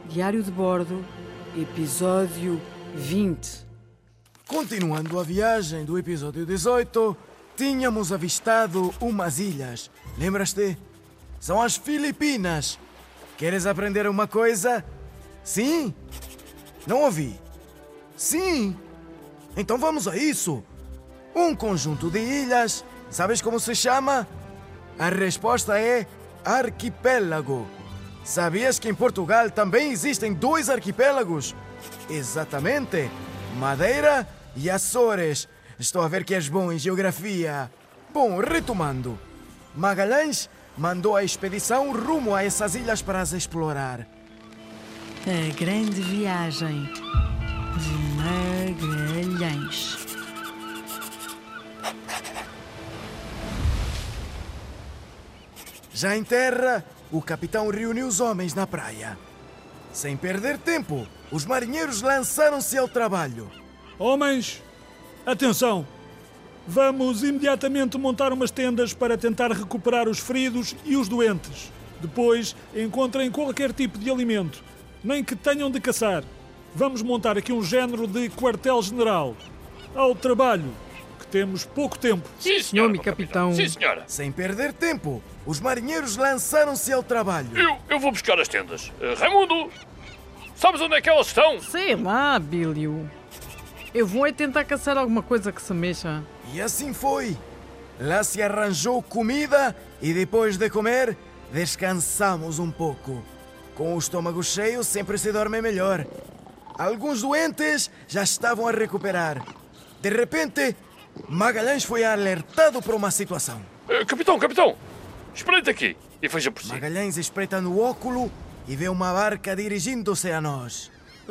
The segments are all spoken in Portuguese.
Diário de Bordo, episódio 20. Continuando a viagem do episódio 18, tínhamos avistado umas ilhas. Lembras-te? São as Filipinas. Queres aprender uma coisa? Sim? Não ouvi. Sim? Então vamos a isso. Um conjunto de ilhas. Sabes como se chama? A resposta é arquipélago. Sabias que em Portugal também existem 2 arquipélagos? Exatamente. Madeira e Açores. Estou a ver que és bom em geografia. Bom, retomando. Magalhães mandou a expedição rumo a essas ilhas para as explorar. A grande viagem de Magalhães. Já em terra, o capitão reuniu os homens na praia. Sem perder tempo, os marinheiros lançaram-se ao trabalho. Homens, atenção! Vamos imediatamente montar umas tendas para tentar recuperar os feridos e os doentes. Depois, encontrem qualquer tipo de alimento, nem que tenham de caçar. Vamos montar aqui um género de quartel-general. Ao trabalho, que temos pouco tempo. Sim, Senhor, meu capitão. Sim, senhora. Sem perder tempo, os marinheiros lançaram-se ao trabalho. Eu vou buscar as tendas. Raimundo, sabes onde é que elas estão? Sei lá, Bílio. Eu vou é tentar caçar alguma coisa que se mexa. E assim foi. Lá se arranjou comida e depois de comer, descansamos um pouco. Com o estômago cheio sempre se dorme melhor. Alguns doentes já estavam a recuperar. De repente, Magalhães foi alertado por uma situação. Capitão, espreita aqui e veja por si. Magalhães espreita no óculo e vê uma barca dirigindo-se a nós.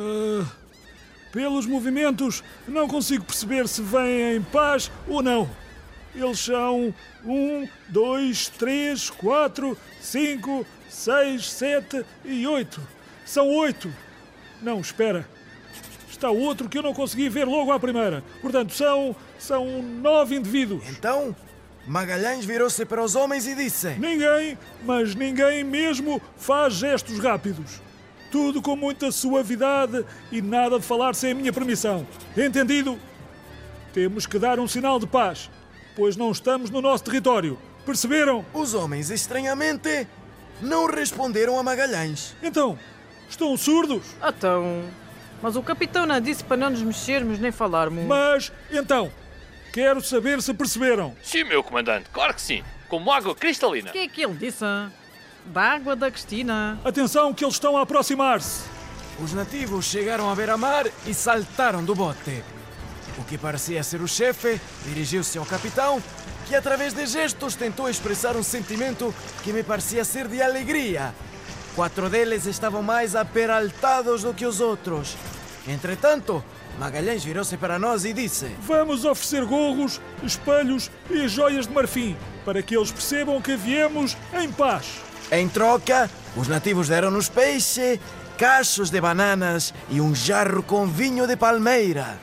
Pelos movimentos, não consigo perceber se vêm em paz ou não. Eles são 1, 2, 3, 4, 5, 6, 7 e 8. São 8. Não, espera. Está outro que eu não consegui ver logo à primeira. Portanto, são 9 indivíduos. Então, Magalhães virou-se para os homens e disse: Ninguém, mas ninguém mesmo, faz gestos rápidos. Tudo com muita suavidade e nada de falar sem a minha permissão. Entendido? Temos que dar um sinal de paz, pois não estamos no nosso território. Perceberam? Os homens, estranhamente, não responderam a Magalhães. Então, estão surdos? Então, mas o capitão não disse para não nos mexermos nem falarmos. Mas, então, quero saber se perceberam. Sim, meu comandante, claro que sim. Como água cristalina. O que é que ele disse? Da água da Cristina. Atenção que eles estão a aproximar-se. Os nativos chegaram à beira-mar e saltaram do bote. O que parecia ser o chefe dirigiu-se ao capitão, que através de gestos tentou expressar um sentimento que me parecia ser de alegria. 4 deles estavam mais aperaltados do que os outros. Entretanto, Magalhães virou-se para nós e disse: Vamos oferecer gorros, espelhos e joias de marfim, para que eles percebam que viemos em paz. Em troca, os nativos deram-nos peixe, cachos de bananas e um jarro com vinho de palmeira.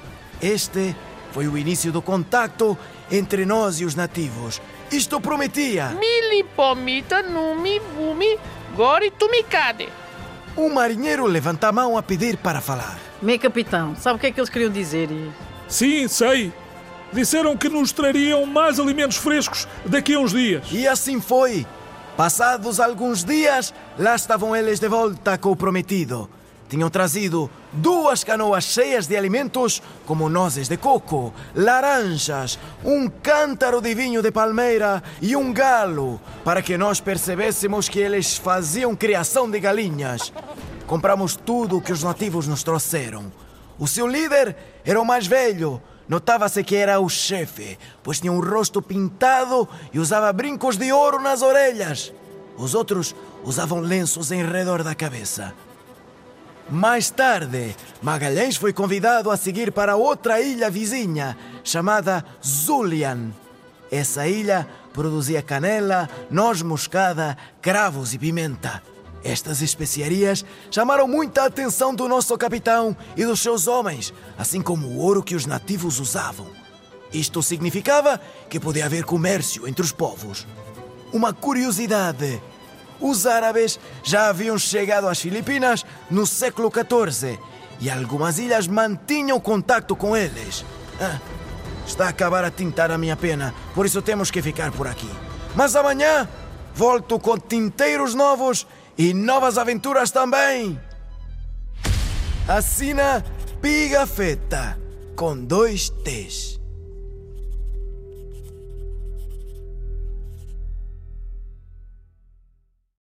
Este foi o início do contacto entre nós e os nativos. Isto prometia. Milipomita numi bumi gori tumicade. Um marinheiro levanta a mão a pedir para falar. Meu capitão, sabe o que é que eles queriam dizer? Sim, sei. Disseram que nos trariam mais alimentos frescos daqui a uns dias. E assim foi. Passados alguns dias, lá estavam eles de volta com o prometido. Tinham trazido 2 canoas cheias de alimentos, como nozes de coco, laranjas, um cântaro de vinho de palmeira e um galo, para que nós percebêssemos que eles faziam criação de galinhas. Compramos tudo o que os nativos nos trouxeram. O seu líder era o mais velho. Notava-se que era o chefe, pois tinha um rosto pintado e usava brincos de ouro nas orelhas. Os outros usavam lenços em redor da cabeça. Mais tarde, Magalhães foi convidado a seguir para outra ilha vizinha, chamada Zulian. Essa ilha produzia canela, noz moscada, cravos e pimenta. Estas especiarias chamaram muita atenção do nosso capitão e dos seus homens, assim como o ouro que os nativos usavam. Isto significava que podia haver comércio entre os povos. Uma curiosidade: os árabes já haviam chegado às Filipinas no século XIV e algumas ilhas mantinham contato com eles. Está a acabar a tintar a minha pena, por isso temos que ficar por aqui. Mas amanhã volto com tinteiros novos e novas aventuras também. Assina Pigafetta, com 2 T's.